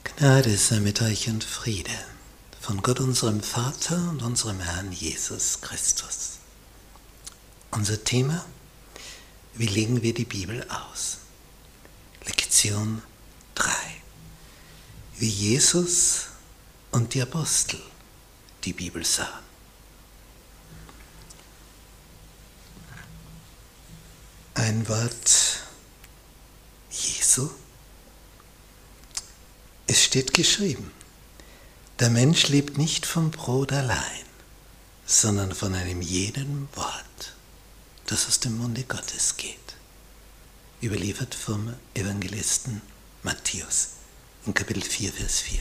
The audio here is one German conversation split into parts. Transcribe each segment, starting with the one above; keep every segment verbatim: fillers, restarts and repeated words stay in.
Gnade sei mit euch und Friede von Gott unserem Vater und unserem Herrn Jesus Christus. Unser Thema: Wie legen wir die Bibel aus? Lektion drei. Wie Jesus und die Apostel die Bibel sahen. Ein Wort Jesu. Es steht geschrieben: Der Mensch lebt nicht vom Brot allein, sondern von einem jeden Wort, das aus dem Munde Gottes geht. Überliefert vom Evangelisten Matthäus in Kapitel vier, Vers vier.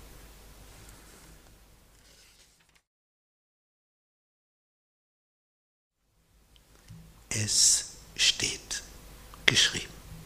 Es steht geschrieben.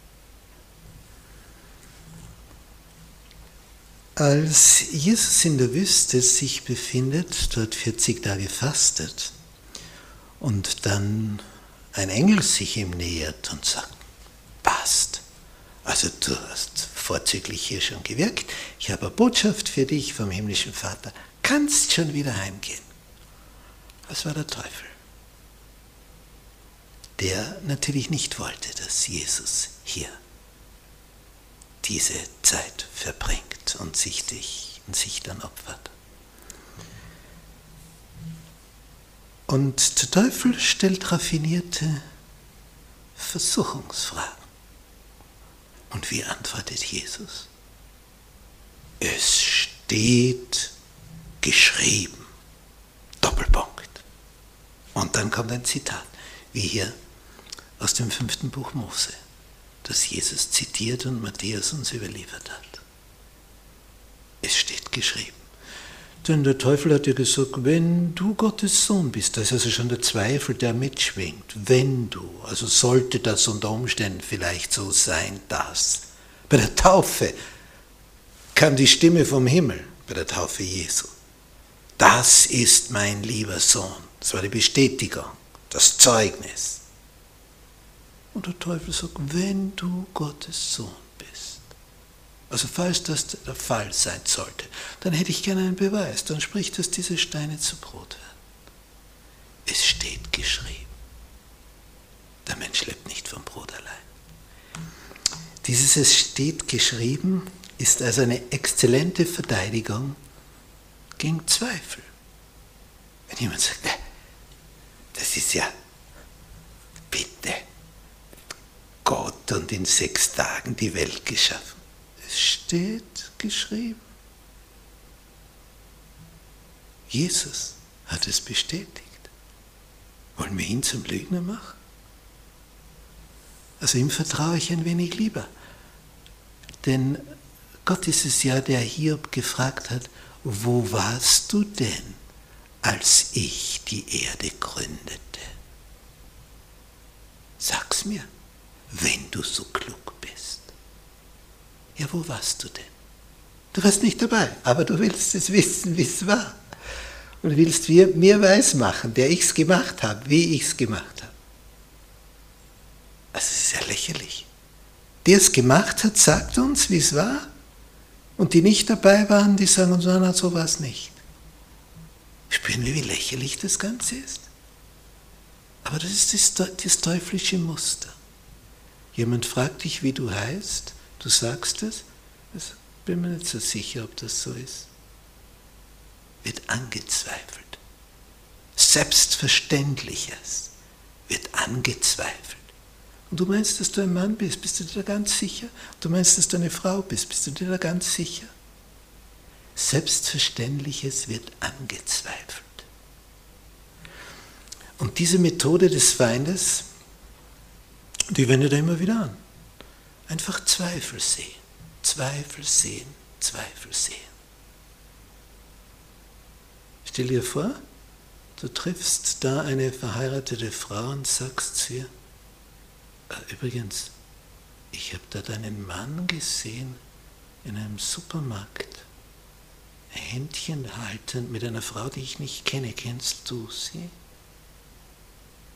Als Jesus in der Wüste sich befindet, dort vierzig Tage fastet und dann ein Engel sich ihm nähert und sagt: Passt, also du hast vorzüglich hier schon gewirkt, ich habe eine Botschaft für dich vom himmlischen Vater, kannst schon wieder heimgehen. Das war der Teufel, der natürlich nicht wollte, dass Jesus hier diese Zeit verbringt und sich, dich, und sich dann opfert. Und der Teufel stellt raffinierte Versuchungsfragen. Und wie antwortet Jesus? Es steht geschrieben. Doppelpunkt. Und dann kommt ein Zitat, wie hier aus dem fünften Buch Mose, das Jesus zitiert und Matthäus uns überliefert hat. Es steht geschrieben. Denn der Teufel hat ja gesagt, wenn du Gottes Sohn bist, da ist also schon der Zweifel, der mitschwingt. Wenn du, also sollte das unter Umständen vielleicht so sein, dass. Bei der Taufe kam die Stimme vom Himmel, bei der Taufe Jesu. Das ist mein lieber Sohn. Das war die Bestätigung, das Zeugnis. Und der Teufel sagt, wenn du Gottes Sohn bist, also falls das der Fall sein sollte, dann hätte ich gerne einen Beweis, dann sprich, dass diese Steine zu Brot werden. Es steht geschrieben, der Mensch lebt nicht vom Brot allein. Dieses Es steht geschrieben ist also eine exzellente Verteidigung gegen Zweifel. Wenn jemand sagt, das ist ja, bitte, Gott und in sechs Tagen die Welt geschaffen. Es steht geschrieben. Jesus hat es bestätigt. Wollen wir ihn zum Lügner machen? Also ihm vertraue ich ein wenig lieber. Denn Gott ist es ja, der Hiob gefragt hat, wo warst du denn, als ich die Erde gründete? Sag's mir, wenn du so klug bist. Ja, wo warst du denn? Du warst nicht dabei, aber du willst es wissen, wie es war. Und du willst mir weismachen, der ich es gemacht habe, wie ich es gemacht habe. Also es ist ja lächerlich. Der es gemacht hat, sagt uns, wie es war. Und die nicht dabei waren, die sagen uns, nein, so war es nicht. Spüren wir, wie lächerlich das Ganze ist? Aber das ist das, das teuflische Muster. Jemand fragt dich, wie du heißt, du sagst es, ich bin mir nicht so sicher, ob das so ist. Wird angezweifelt. Selbstverständliches wird angezweifelt. Und du meinst, dass du ein Mann bist, bist du dir da ganz sicher? Du meinst, dass du eine Frau bist, bist du dir da ganz sicher? Selbstverständliches wird angezweifelt. Und diese Methode des Feindes, die wendet er immer wieder an. Einfach Zweifel sehen, Zweifel sehen, Zweifel sehen. Stell dir vor, du triffst da eine verheiratete Frau und sagst zu ihr, übrigens, ich habe da deinen Mann gesehen in einem Supermarkt, Händchen haltend mit einer Frau, die ich nicht kenne. Kennst du sie?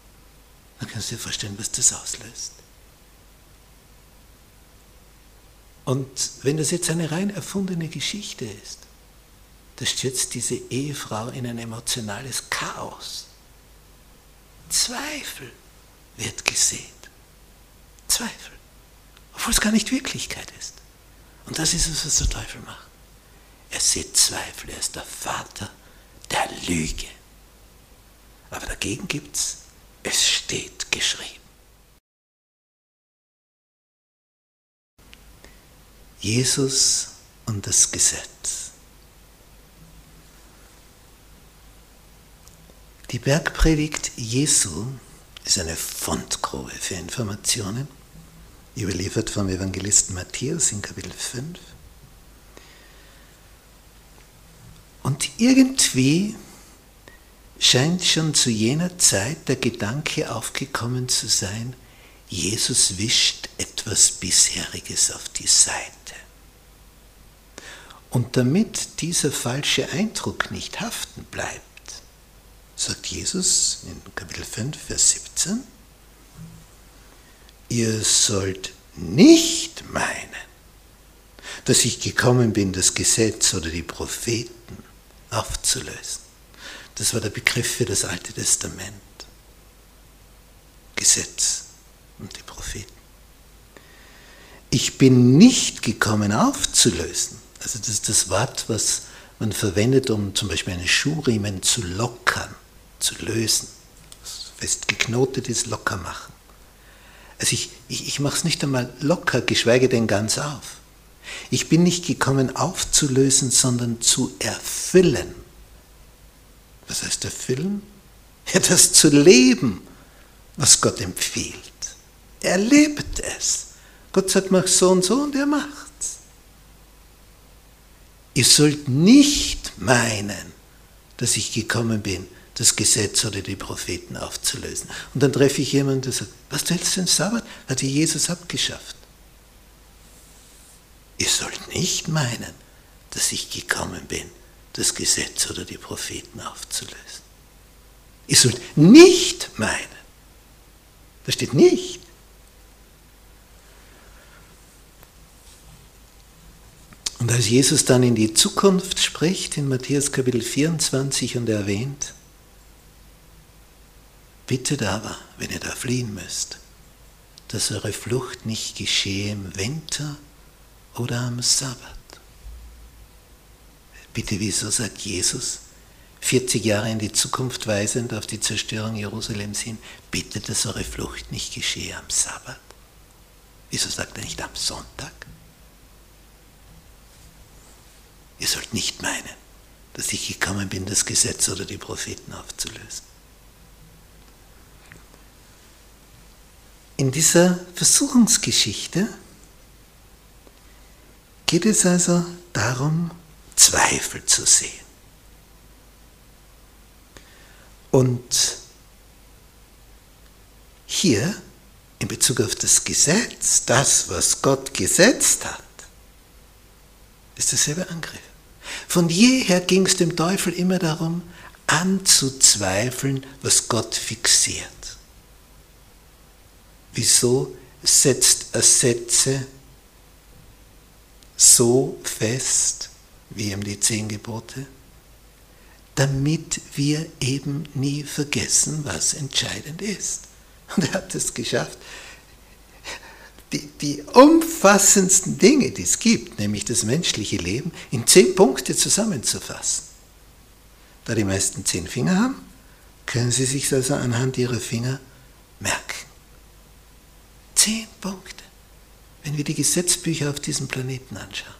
Dann kannst du dir vorstellen, was das auslöst. Und wenn das jetzt eine rein erfundene Geschichte ist, da stürzt diese Ehefrau in ein emotionales Chaos. Zweifel wird gesät. Zweifel. Obwohl es gar nicht Wirklichkeit ist. Und das ist es, was der Teufel macht. Er sät Zweifel. Er ist der Vater der Lüge. Aber dagegen gibt's, es steht geschrieben. Jesus und das Gesetz. Die Bergpredigt Jesu ist eine Fundgrube für Informationen, überliefert vom Evangelisten Matthäus in Kapitel fünf. Und irgendwie scheint schon zu jener Zeit der Gedanke aufgekommen zu sein, Jesus wischt etwas Bisheriges auf die Seite. Und damit dieser falsche Eindruck nicht haften bleibt, sagt Jesus in Kapitel fünf, Vers siebzehn, ihr sollt nicht meinen, dass ich gekommen bin, das Gesetz oder die Propheten aufzulösen. Das war der Begriff für das Alte Testament. Gesetz und die Propheten. Ich bin nicht gekommen aufzulösen. Also das ist das Wort, was man verwendet, um zum Beispiel einen Schuhriemen zu lockern, zu lösen. Was fest geknotet ist, locker machen. Also ich, ich, ich mache es nicht einmal locker, geschweige denn ganz auf. Ich bin nicht gekommen aufzulösen, sondern zu erfüllen. Was heißt erfüllen? Ja, das zu leben, was Gott empfiehlt. Er lebt es. Gott sagt, mach so und so und er macht's. Ihr sollt nicht meinen, dass ich gekommen bin, das Gesetz oder die Propheten aufzulösen. Und dann treffe ich jemanden, der sagt, was, du hältst den Sabbat? Hat die Jesus abgeschafft. Ihr sollt nicht meinen, dass ich gekommen bin, das Gesetz oder die Propheten aufzulösen. Ihr sollt nicht meinen. Da steht nicht. Und als Jesus dann in die Zukunft spricht, in Matthäus Kapitel vierundzwanzig und erwähnt, bittet aber, wenn ihr da fliehen müsst, dass eure Flucht nicht geschehe im Winter oder am Sabbat. Bitte, wieso sagt Jesus, vierzig Jahre in die Zukunft weisend auf die Zerstörung Jerusalems hin, bitte, dass eure Flucht nicht geschehe am Sabbat? Wieso sagt er nicht am Sonntag? Ihr sollt nicht meinen, dass ich gekommen bin, das Gesetz oder die Propheten aufzulösen. In dieser Versuchungsgeschichte geht es also darum, Zweifel zu sehen. Und hier, in Bezug auf das Gesetz, das, was Gott gesetzt hat, ist derselbe Angriff. Von jeher ging es dem Teufel immer darum, anzuzweifeln, was Gott fixiert. Wieso setzt er Sätze so fest, wie ihm die zehn Gebote? Damit wir eben nie vergessen, was entscheidend ist. Und er hat es geschafft, die, die umfassendsten Dinge, die es gibt, nämlich das menschliche Leben, in zehn Punkte zusammenzufassen. Da die meisten zehn Finger haben, können Sie sich also anhand Ihrer Finger merken. Zehn Punkte, wenn wir die Gesetzbücher auf diesem Planeten anschauen.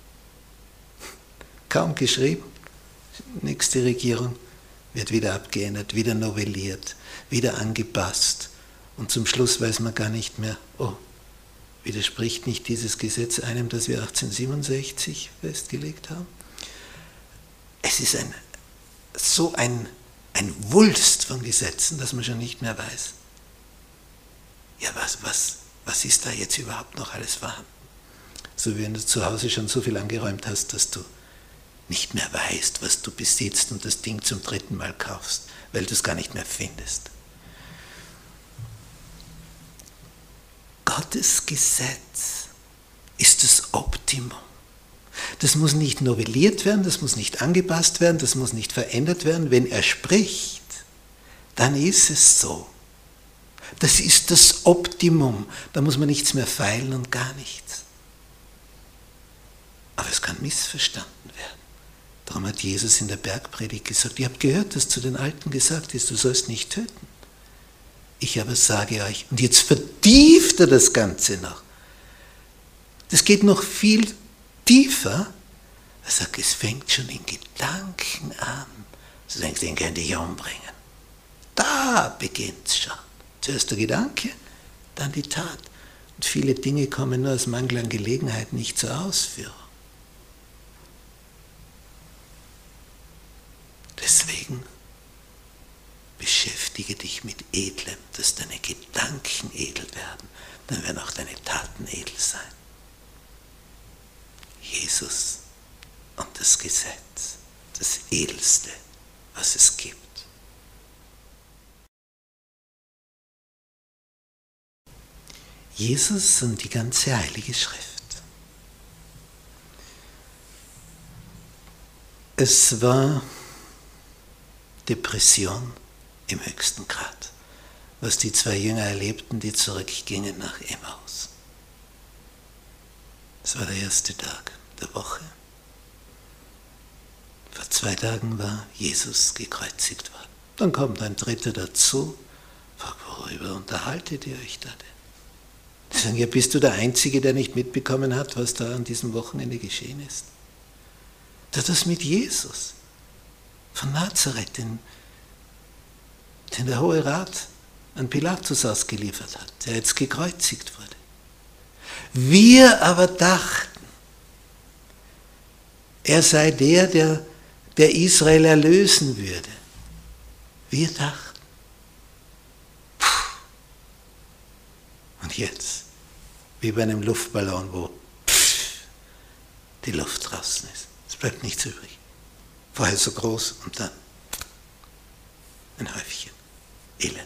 Kaum geschrieben, nächste Regierung wird wieder abgeändert, wieder novelliert, wieder angepasst. Und zum Schluss weiß man gar nicht mehr, oh, widerspricht nicht dieses Gesetz einem, das wir achtzehnhundertsiebenundsechzig festgelegt haben? Es ist ein, so ein, ein Wulst von Gesetzen, dass man schon nicht mehr weiß, ja, was, was, was ist da jetzt überhaupt noch alles vorhanden? So wie wenn du zu Hause schon so viel angeräumt hast, dass du nicht mehr weißt, was du besitzt und das Ding zum dritten Mal kaufst, weil du es gar nicht mehr findest. Gottes Gesetz ist das Optimum. Das muss nicht novelliert werden, das muss nicht angepasst werden, das muss nicht verändert werden. Wenn er spricht, dann ist es so. Das ist das Optimum. Da muss man nichts mehr feilen und gar nichts. Aber es kann missverstanden werden. Darum hat Jesus in der Bergpredigt gesagt, ihr habt gehört, dass zu den Alten gesagt ist, du sollst nicht töten. Ich aber sage euch, und jetzt vertieft er das Ganze noch. Das geht noch viel tiefer. Er sagt, es fängt schon in Gedanken an. Du denkst, den könnte ich umbringen. Da beginnt es schon. Zuerst der Gedanke, dann die Tat. Und viele Dinge kommen nur aus Mangel an Gelegenheit nicht zur Ausführung. Deswegen beschäftige dich mit Edlem, dass deine Gedanken edel werden, dann werden auch deine Taten edel sein. Jesus und das Gesetz, das Edelste, was es gibt. Jesus und die ganze Heilige Schrift. Es war Depression im höchsten Grad, was die zwei Jünger erlebten, die zurückgingen nach Emmaus. Es war der erste Tag der Woche. Vor zwei Tagen war Jesus gekreuzigt worden. Dann kommt ein dritter dazu, fragt, worüber unterhaltet ihr euch da denn? Die sagen, ja, bist du der Einzige, der nicht mitbekommen hat, was da an diesem Wochenende geschehen ist? Das ist mit Jesus von Nazareth, den, den der Hohe Rat an Pilatus ausgeliefert hat, der jetzt gekreuzigt wurde. Wir aber dachten, er sei der, der, der Israel erlösen würde. Wir dachten. Puh. Und jetzt, wie bei einem Luftballon, wo pff, die Luft draußen ist. Es bleibt nichts übrig. Vorher so groß und dann ein Häufchen Elend.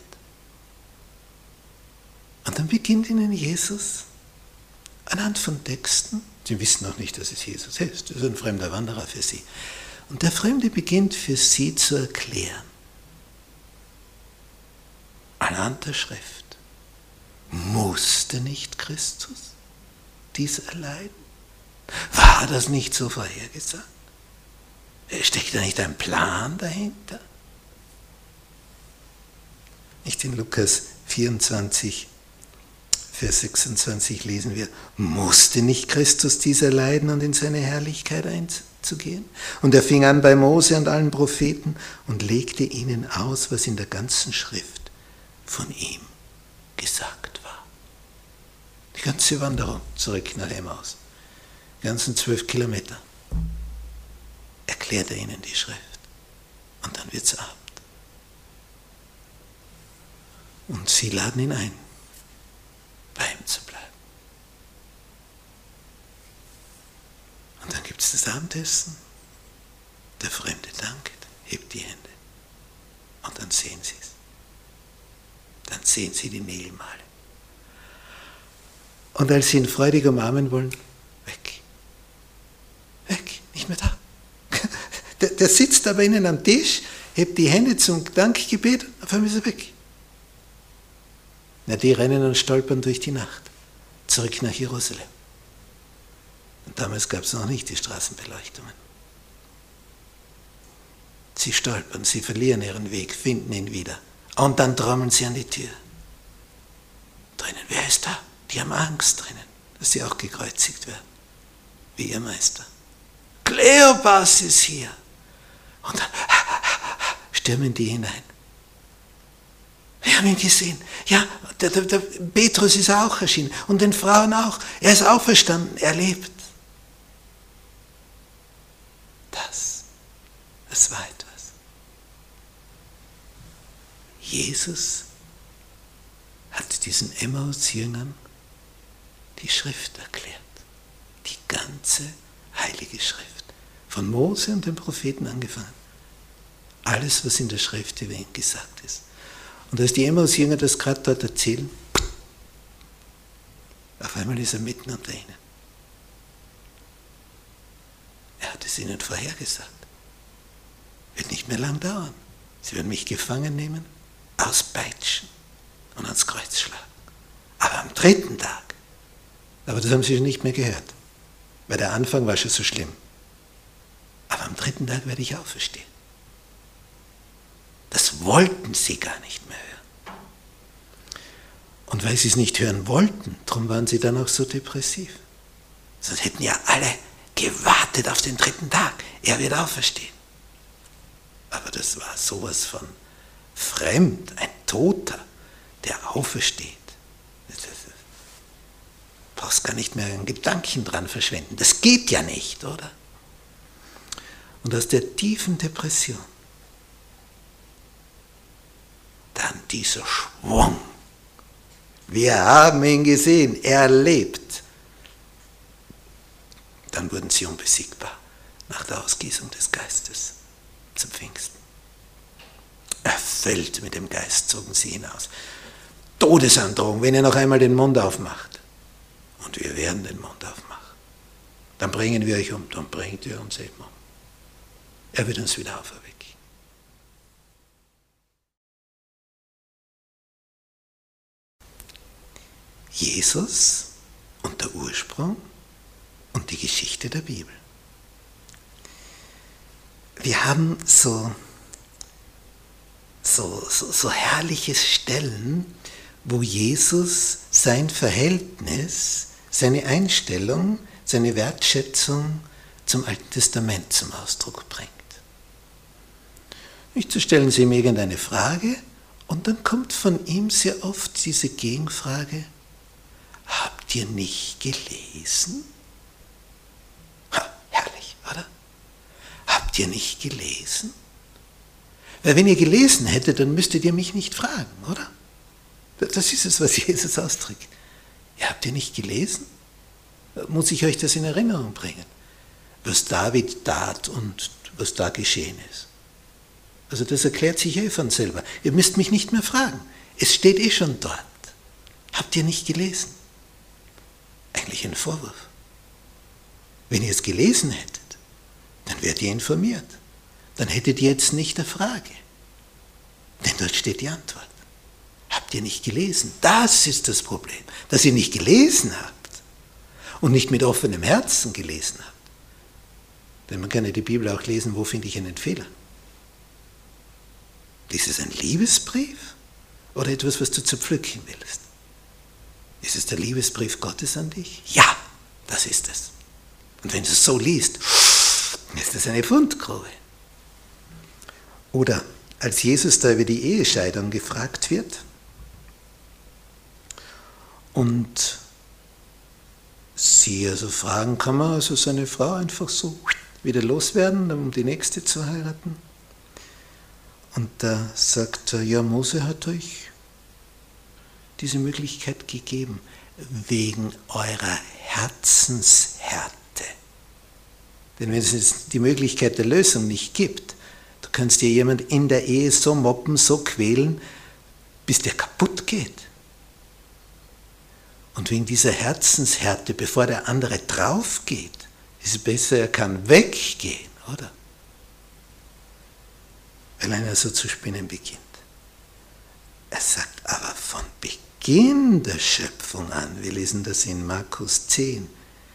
Und dann beginnt ihnen Jesus anhand von Texten, sie wissen noch nicht, dass es Jesus ist, das ist ein fremder Wanderer für sie. Und der Fremde beginnt für sie zu erklären, anhand der Schrift, musste nicht Christus dies erleiden? War das nicht so vorhergesagt? Steckt da nicht ein Plan dahinter? Nicht in Lukas vierundzwanzig, Vers sechsundzwanzig lesen wir, musste nicht Christus dies erleiden und in seine Herrlichkeit einzugehen? Und er fing an bei Mose und allen Propheten und legte ihnen aus, was in der ganzen Schrift von ihm gesagt war. Die ganze Wanderung zurück nach Emmaus, die ganzen zwölf Kilometer, erklärt er ihnen die Schrift. Und dann wird es Abend. Und sie laden ihn ein, bei ihm zu bleiben. Und dann gibt es das Abendessen. Der Fremde dankt, hebt die Hände. Und dann sehen sie es. Dann sehen sie die Mehlmale. Und als sie ihn freudig umarmen wollen, weg. Weg, nicht mehr da. Der, der sitzt da bei ihnen am Tisch, hebt die Hände zum Dankgebet, auf einmal ist er weg. Na, die rennen und stolpern durch die Nacht, zurück nach Jerusalem. Und damals gab es noch nicht die Straßenbeleuchtungen. Sie stolpern, sie verlieren ihren Weg, finden ihn wieder. Und dann trommeln sie an die Tür. Drinnen, wer ist da? Die haben Angst drinnen, dass sie auch gekreuzigt werden, wie ihr Meister. Kleopas ist hier. Und dann stürmen die hinein. Wir haben ihn gesehen. Ja, der, der, der Petrus ist auch erschienen. Und den Frauen auch. Er ist auferstanden, er lebt. Das, das war etwas. Jesus hat diesen Emmaus-Jüngern die Schrift erklärt. Die ganze Heilige Schrift. Von Mose und den Propheten angefangen. Alles, was in der Schrift über ihn gesagt ist. Und als die Emmaus-Jünger das gerade dort erzählen, auf einmal ist er mitten unter ihnen. hat es ihnen vorhergesagt. Wird nicht mehr lang dauern. Sie werden mich gefangen nehmen, auspeitschen und ans Kreuz schlagen. Aber am dritten Tag, aber das haben sie nicht mehr gehört, weil der Anfang war schon so schlimm. Aber am dritten Tag werde ich auferstehen. Das wollten sie gar nicht mehr hören. Und weil sie es nicht hören wollten, darum waren sie dann auch so depressiv. Sonst hätten ja alle gewartet auf den dritten Tag. Er wird auferstehen. Aber das war sowas von fremd, ein Toter, der aufersteht. Du brauchst gar nicht mehr einen Gedanken dran verschwenden. Das geht ja nicht, oder? Und aus der tiefen Depression dann dieser Schwung. Wir haben ihn gesehen, er lebt. Dann wurden sie unbesiegbar nach der Ausgießung des Geistes zum Pfingsten. Erfüllt mit dem Geist zogen sie hinaus. Todesandrohung, wenn ihr noch einmal den Mund aufmacht. Und wir werden den Mund aufmachen. Dann bringen wir euch um, dann bringt ihr uns eben um. Er wird uns wieder auferwecken. Jesus und der Ursprung und die Geschichte der Bibel. Wir haben so, so, so, so herrliche Stellen, wo Jesus sein Verhältnis, seine Einstellung, seine Wertschätzung zum Alten Testament zum Ausdruck bringt. Nicht so stellen Sie ihm irgendeine Frage und dann kommt von ihm sehr oft diese Gegenfrage: Habt ihr nicht gelesen? Ha, herrlich, oder? Habt ihr nicht gelesen? Weil wenn ihr gelesen hättet, dann müsstet ihr mich nicht fragen, oder? Das ist es, was Jesus ausdrückt. Ja, habt ihr nicht gelesen? Muss ich euch das in Erinnerung bringen, was David tat und was da geschehen ist. Also das erklärt sich eh von selber. Ihr müsst mich nicht mehr fragen. Es steht eh schon dort. Habt ihr nicht gelesen? Eigentlich ein Vorwurf. Wenn ihr es gelesen hättet, dann wärt ihr informiert. Dann hättet ihr jetzt nicht eine Frage. Denn dort steht die Antwort. Habt ihr nicht gelesen? Das ist das Problem, dass ihr nicht gelesen habt und nicht mit offenem Herzen gelesen habt. Denn man kann ja die Bibel auch lesen, wo finde ich einen Fehler? Ist es ein Liebesbrief oder etwas, was du zerpflücken willst? Ist es der Liebesbrief Gottes an dich? Ja, das ist es. Und wenn du es so liest, ist das eine Fundgrube. Oder als Jesus da über die Ehescheidung gefragt wird und sie also fragen, kann man also seine Frau einfach so wieder loswerden, um die nächste zu heiraten? Und da sagt er, ja, Mose hat euch diese Möglichkeit gegeben, wegen eurer Herzenshärte. Denn wenn es die Möglichkeit der Lösung nicht gibt, du kannst dir jemand in der Ehe so mobben, so quälen, bis der kaputt geht. Und wegen dieser Herzenshärte, bevor der andere drauf geht, ist es besser, er kann weggehen, oder? Weil einer so zu spinnen beginnt. Er sagt aber von Beginn der Schöpfung an, wir lesen das in Markus zehn,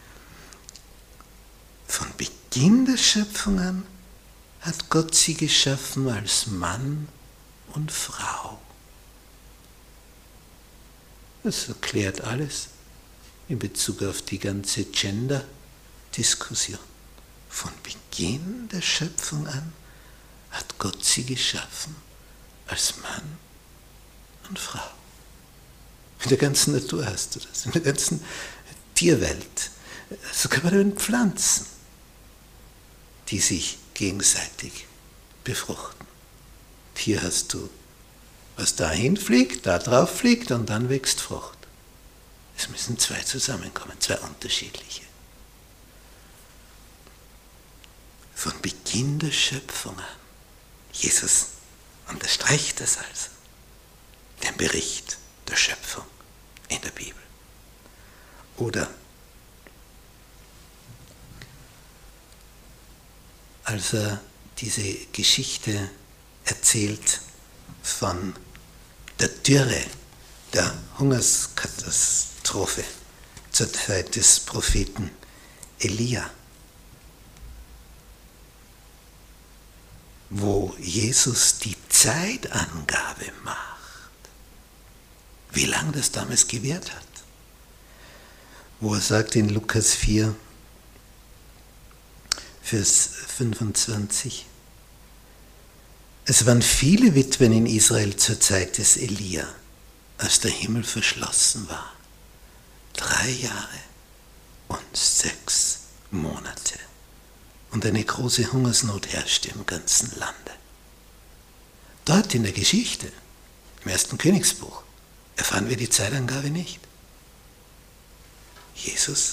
von Beginn der Schöpfung an hat Gott sie geschaffen als Mann und Frau. Das erklärt alles in Bezug auf die ganze Gender-Diskussion. Von Beginn der Schöpfung an hat Gott sie geschaffen als Mann und Frau. In der ganzen Natur hast du das, in der ganzen Tierwelt, sogar bei den Pflanzen, die sich gegenseitig befruchten. Hier hast du, was dahin fliegt, da drauf fliegt und dann wächst Frucht. Es müssen zwei zusammenkommen, zwei unterschiedliche. Von Beginn der Schöpfung an. Jesus unterstreicht das also, den Bericht der Schöpfung in der Bibel. Oder als er diese Geschichte erzählt von der Dürre, der Hungerskatastrophe zur Zeit des Propheten Elia, wo Jesus die Zeitangabe macht, wie lange das damals gewährt hat, wo er sagt in Lukas vier, Vers fünfundzwanzig, es waren viele Witwen in Israel zur Zeit des Elia, als der Himmel verschlossen war, drei Jahre und sechs Monate. Und eine große Hungersnot herrschte im ganzen Lande. Dort in der Geschichte, im ersten Königsbuch, erfahren wir die Zeitangabe nicht. Jesus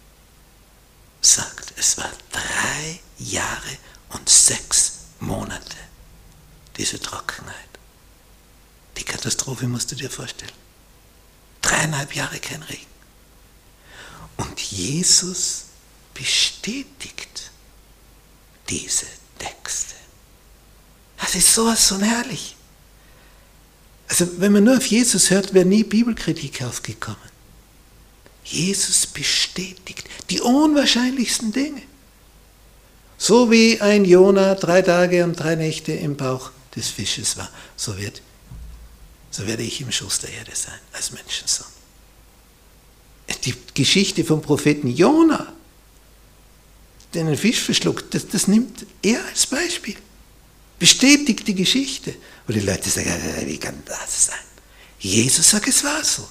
sagt, es war drei Jahre und sechs Monate, diese Trockenheit. Die Katastrophe musst du dir vorstellen. Dreieinhalb Jahre kein Regen. Und Jesus bestätigt diese Texte. Das ist sowas von herrlich. Also wenn man nur auf Jesus hört, wäre nie Bibelkritik aufgekommen. Jesus bestätigt die unwahrscheinlichsten Dinge. So wie ein Jona drei Tage und drei Nächte im Bauch des Fisches war, so, wird, so werde ich im Schoß der Erde sein, als Menschensohn. Die Geschichte vom Propheten Jona, der einen Fisch verschluckt, das, das nimmt er als Beispiel. Bestätigt die Geschichte. Wo die Leute sagen, wie kann das sein? Jesus sagt, es war so.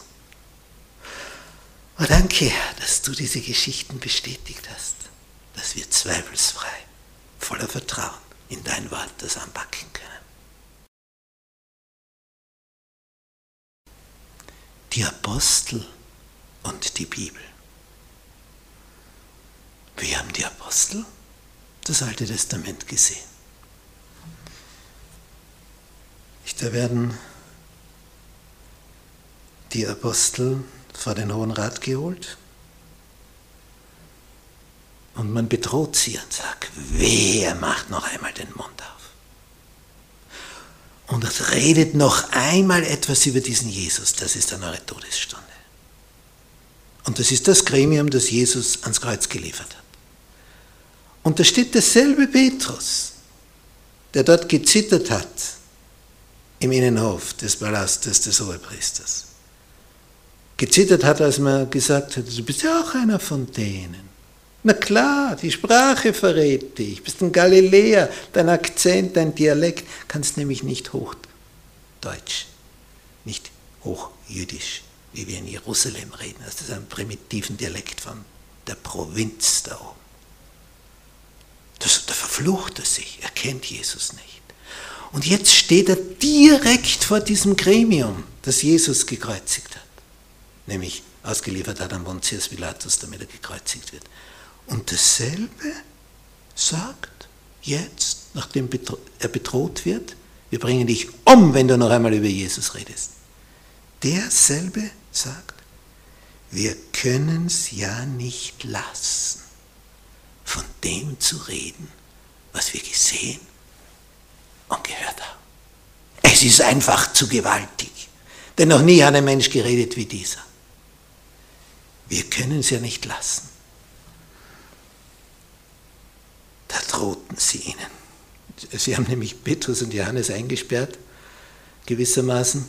Oh, danke, Herr, dass du diese Geschichten bestätigt hast, dass wir zweifelsfrei, voller Vertrauen in dein Wort das anpacken können. Die Apostel und die Bibel. Wir haben die Apostel, das Alte Testament gesehen. Da werden die Apostel vor den Hohen Rat geholt und man bedroht sie und sagt, wer macht noch einmal den Mund auf und redet noch einmal etwas über diesen Jesus, das ist dann eure Todesstunde. Und das ist das Gremium, das Jesus ans Kreuz geliefert hat. Und da steht derselbe Petrus, der dort gezittert hat, im Innenhof des Palastes des Hohepriesters. Gezittert hat, als man gesagt hat, du bist ja auch einer von denen. Na klar, die Sprache verrät dich, du bist ein Galiläer, dein Akzent, dein Dialekt, kannst nämlich nicht Hochdeutsch, nicht Hochjüdisch, wie wir in Jerusalem reden. Das ist ein primitiven Dialekt von der Provinz da oben. Das, da verflucht er sich, er kennt Jesus nicht. Und jetzt steht er direkt vor diesem Gremium, das Jesus gekreuzigt hat. Nämlich ausgeliefert hat an Pontius Pilatus, damit er gekreuzigt wird. Und dasselbe sagt jetzt, nachdem er bedroht wird, wir bringen dich um, wenn du noch einmal über Jesus redest. Derselbe sagt, wir können es ja nicht lassen, von dem zu reden, was wir gesehen und gehört haben. Es ist einfach zu gewaltig, denn noch nie hat ein Mensch geredet wie dieser. Wir können es ja nicht lassen. Da drohten sie ihnen. Sie haben nämlich Petrus und Johannes eingesperrt, gewissermaßen,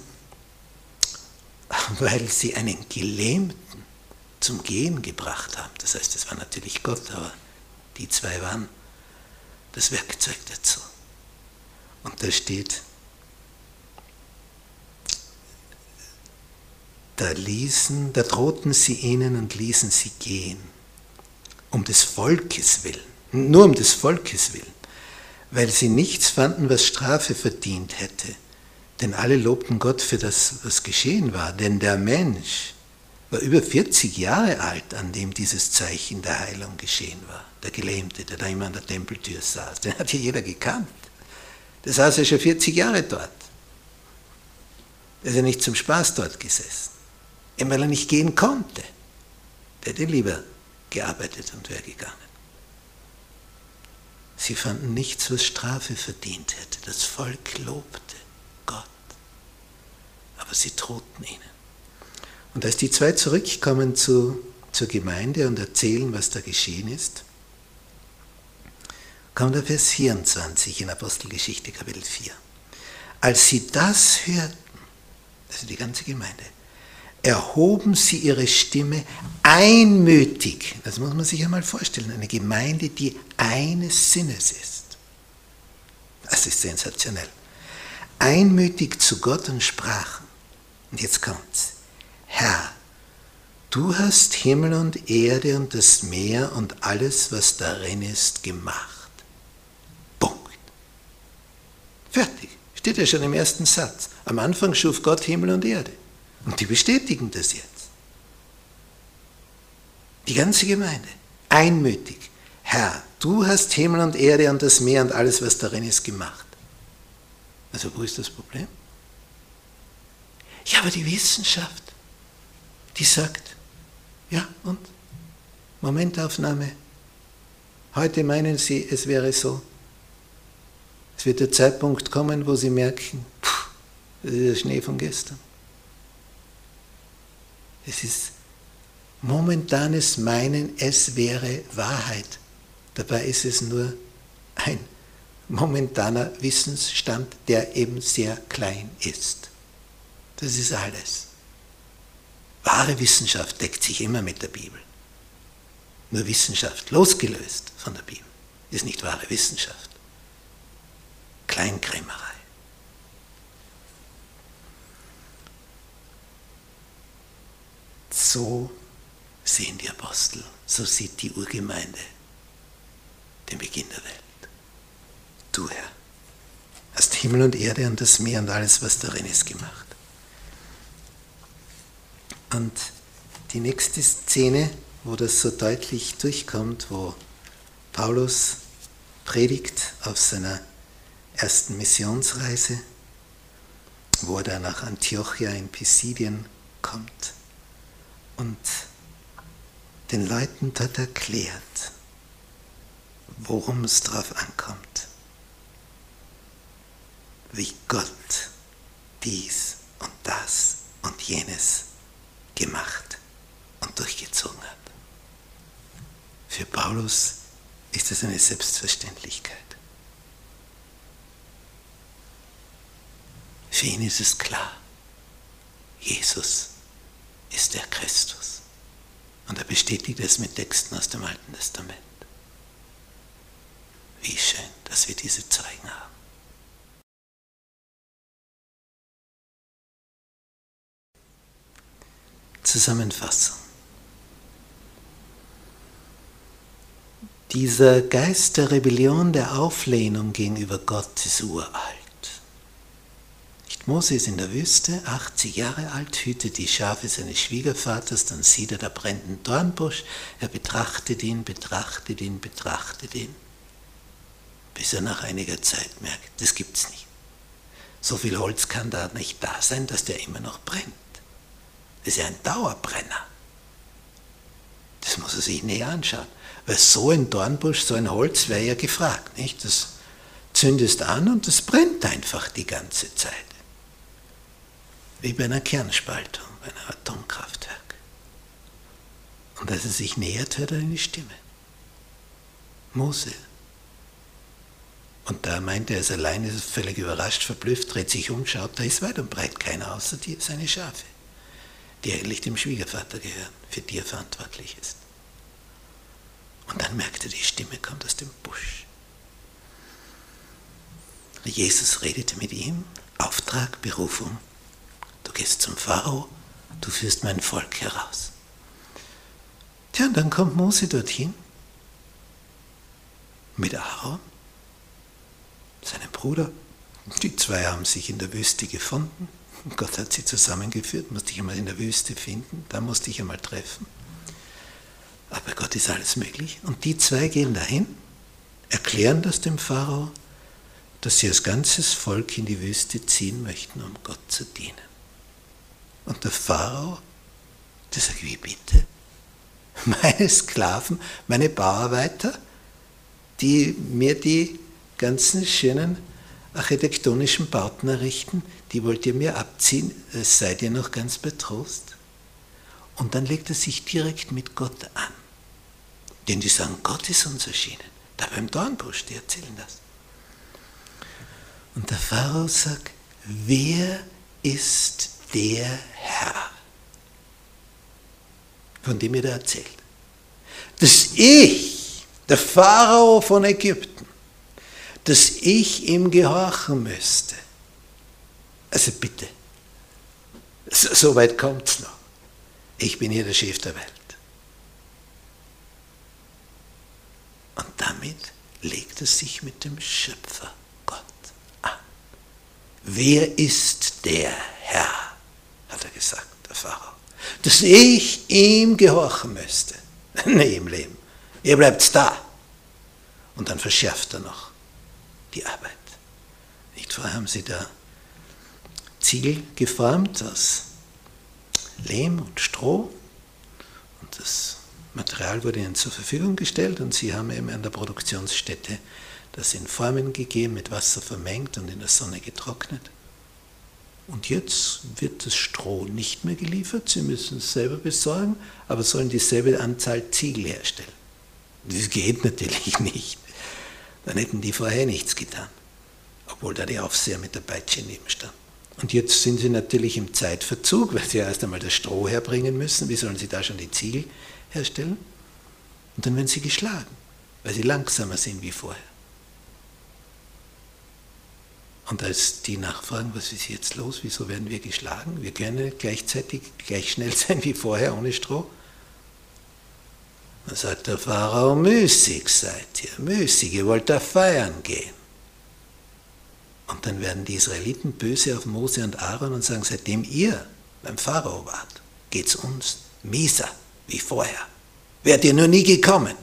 weil sie einen Gelähmten zum Gehen gebracht haben. Das heißt, es war natürlich Gott, aber die zwei waren das Werkzeug dazu. Und da steht, da ließen, da drohten sie ihnen und ließen sie gehen, um des Volkes willen, nur um des Volkes willen, weil sie nichts fanden, was Strafe verdient hätte. Denn alle lobten Gott für das, was geschehen war. Denn der Mensch war über vierzig Jahre alt, an dem dieses Zeichen der Heilung geschehen war. Der Gelähmte, der da immer an der Tempeltür saß, den hat ja jeder gekannt. Der saß ja schon vierzig Jahre dort. Der ist ja nicht zum Spaß dort gesessen. Eben weil er nicht gehen konnte. Der hätte lieber gearbeitet und wäre gegangen. Sie Sie fanden nichts, was Strafe verdient hätte. Das Volk lobte Gott. Aber sie drohten ihnen. Und als die zwei zurückkommen zu, zur Gemeinde und erzählen, was da geschehen ist, kommt der Vers vierundzwanzig in Apostelgeschichte Kapitel vier. Als sie das hörten, also die ganze Gemeinde, erhoben sie ihre Stimme einmütig. Das muss man sich einmal vorstellen. Eine Gemeinde, die eines Sinnes ist. Das ist sensationell. Einmütig zu Gott und sprachen. Und jetzt kommt's. Herr, du hast Himmel und Erde und das Meer und alles, was darin ist, gemacht. Punkt. Fertig. Steht ja schon im ersten Satz. Am Anfang schuf Gott Himmel und Erde. Und die bestätigen das jetzt. Die ganze Gemeinde, einmütig. Herr, du hast Himmel und Erde und das Meer und alles, was darin ist, gemacht. Also wo ist das Problem? Ja, aber die Wissenschaft, die sagt, ja und? Momentaufnahme. Heute meinen sie, es wäre so. Es wird der Zeitpunkt kommen, wo sie merken, pff, das ist der Schnee von gestern. Es ist momentanes Meinen, es wäre Wahrheit. Dabei ist es nur ein momentaner Wissensstand, der eben sehr klein ist. Das ist alles. Wahre Wissenschaft deckt sich immer mit der Bibel. Nur Wissenschaft, losgelöst von der Bibel, ist nicht wahre Wissenschaft. Kleinkrämerei. So sehen die Apostel, so sieht die Urgemeinde den Beginn der Welt. Du, Herr, hast Himmel und Erde und das Meer und alles, was darin ist, gemacht. Und die nächste Szene, wo das so deutlich durchkommt, wo Paulus predigt auf seiner ersten Missionsreise, wo er dann nach Antiochia in Pisidien kommt und den Leuten dort erklärt, worum es drauf ankommt, wie Gott dies und das und jenes gemacht und durchgezogen hat. Für Paulus ist das eine Selbstverständlichkeit. Für ihn ist es klar, Jesus ist der Christus. Und er bestätigt es mit Texten aus dem Alten Testament. Wie schön, dass wir diese Zeugen haben. Zusammenfassung. Dieser Geist der Rebellion, der Auflehnung gegenüber Gott ist uralt. Mose ist in der Wüste, achtzig Jahre alt, hütet die Schafe seines Schwiegervaters, dann sieht er da brennenden Dornbusch, er betrachtet ihn, betrachtet ihn, betrachtet ihn, bis er nach einiger Zeit merkt, das gibt's nicht. So viel Holz kann da nicht da sein, dass der immer noch brennt. Das ist ja ein Dauerbrenner. Das muss er sich näher anschauen, weil so ein Dornbusch, so ein Holz wäre ja gefragt, nicht? Das zündest an und das brennt einfach die ganze Zeit. Wie bei einer Kernspaltung, bei einem Atomkraftwerk. Und als er sich nähert, hört er eine Stimme. Mose. Und da meint er, er ist allein, ist völlig überrascht, verblüfft, dreht sich um, schaut, da ist weit und breit keiner, außer die, seine Schafe, die eigentlich dem Schwiegervater gehören, für die er verantwortlich ist. Und dann merkt er, die Stimme kommt aus dem Busch. Jesus redete mit ihm, Auftrag, Berufung. Du gehst zum Pharao, du führst mein Volk heraus. Tja, und dann kommt Mose dorthin mit Aaron, seinem Bruder. Die zwei haben sich in der Wüste gefunden. Gott hat sie zusammengeführt, musste ich einmal in der Wüste finden, da musste ich einmal treffen. Aber bei Gott ist alles möglich. Und die zwei gehen dahin, erklären das dem Pharao, dass sie als ganzes Volk in die Wüste ziehen möchten, um Gott zu dienen. Und der Pharao, der sagt, wie bitte? Meine Sklaven, meine Bauarbeiter, die mir die ganzen schönen architektonischen Bauten errichten, die wollt ihr mir abziehen, es seid ihr noch ganz betrost. Und dann legt er sich direkt mit Gott an. Denn die sagen, Gott ist uns erschienen. Da beim Dornbusch, die erzählen das. Und der Pharao sagt, wer ist der Herr, von dem ihr da erzählt? Dass ich, der Pharao von Ägypten, dass ich ihm gehorchen müsste. Also bitte, so, so weit kommt es noch. Ich bin hier der Chef der Welt. Und damit legt er sich mit dem Schöpfer Gott an. Wer ist der Herr, hat er gesagt, der Pharao, dass ich ihm gehorchen müsste? Nee, im Leben. Ihr bleibt da. Und dann verschärft er noch die Arbeit. Nicht wahr, haben sie da Ziegel geformt aus Lehm und Stroh und das Material wurde ihnen zur Verfügung gestellt und sie haben eben an der Produktionsstätte das in Formen gegeben, mit Wasser vermengt und in der Sonne getrocknet. Und jetzt wird das Stroh nicht mehr geliefert, sie müssen es selber besorgen, aber sollen dieselbe Anzahl Ziegel herstellen. Das geht natürlich nicht. Dann hätten die vorher nichts getan, obwohl da die Aufseher mit der Peitsche neben standen. Und jetzt sind sie natürlich im Zeitverzug, weil sie erst einmal das Stroh herbringen müssen. Wie sollen sie da schon die Ziegel herstellen? Und dann werden sie geschlagen, weil sie langsamer sind wie vorher. Und als die nachfragen, was ist jetzt los, wieso werden wir geschlagen? Wir können nicht gleichzeitig gleich schnell sein wie vorher ohne Stroh. Dann sagt der Pharao, müßig seid ihr, müßig, ihr wollt da feiern gehen. Und dann werden die Israeliten böse auf Mose und Aaron und sagen, seitdem ihr beim Pharao wart, geht es uns mieser wie vorher. Wärt ihr nur nie gekommen.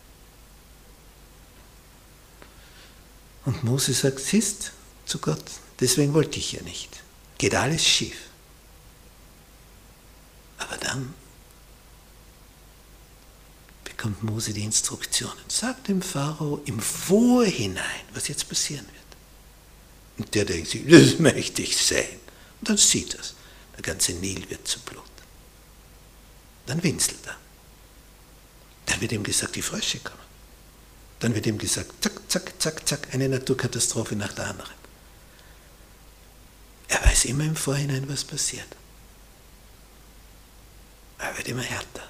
Und Mose sagt, siehst zu Gott, deswegen wollte ich ja nicht. Geht alles schief. Aber dann bekommt Mose die Instruktionen. Sagt dem Pharao im Vorhinein, was jetzt passieren wird. Und der denkt sich, das möchte ich sehen. Und dann sieht er es. Der ganze Nil wird zu Blut. Dann winselt er. Dann wird ihm gesagt, die Frösche kommen. Dann wird ihm gesagt, zack, zack, zack, zack, eine Naturkatastrophe nach der anderen. Er weiß immer im Vorhinein, was passiert. Er wird immer härter.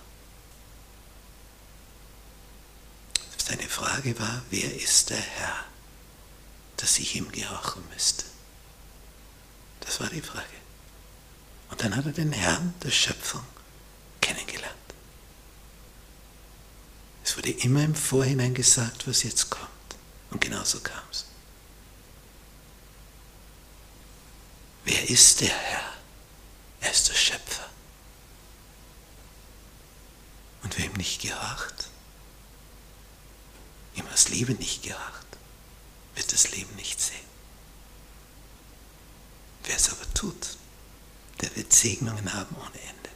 Seine Frage war, wer ist der Herr, dass ich ihm gehorchen müsste? Das war die Frage. Und dann hat er den Herrn der Schöpfung kennengelernt. Es wurde immer im Vorhinein gesagt, was jetzt kommt. Und genauso kam es. Wer ist der Herr? Er ist der Schöpfer. Und wer ihm nicht gehorcht, ihm aus Liebe nicht gehorcht, wird das Leben nicht sehen. Wer es aber tut, der wird Segnungen haben ohne Ende.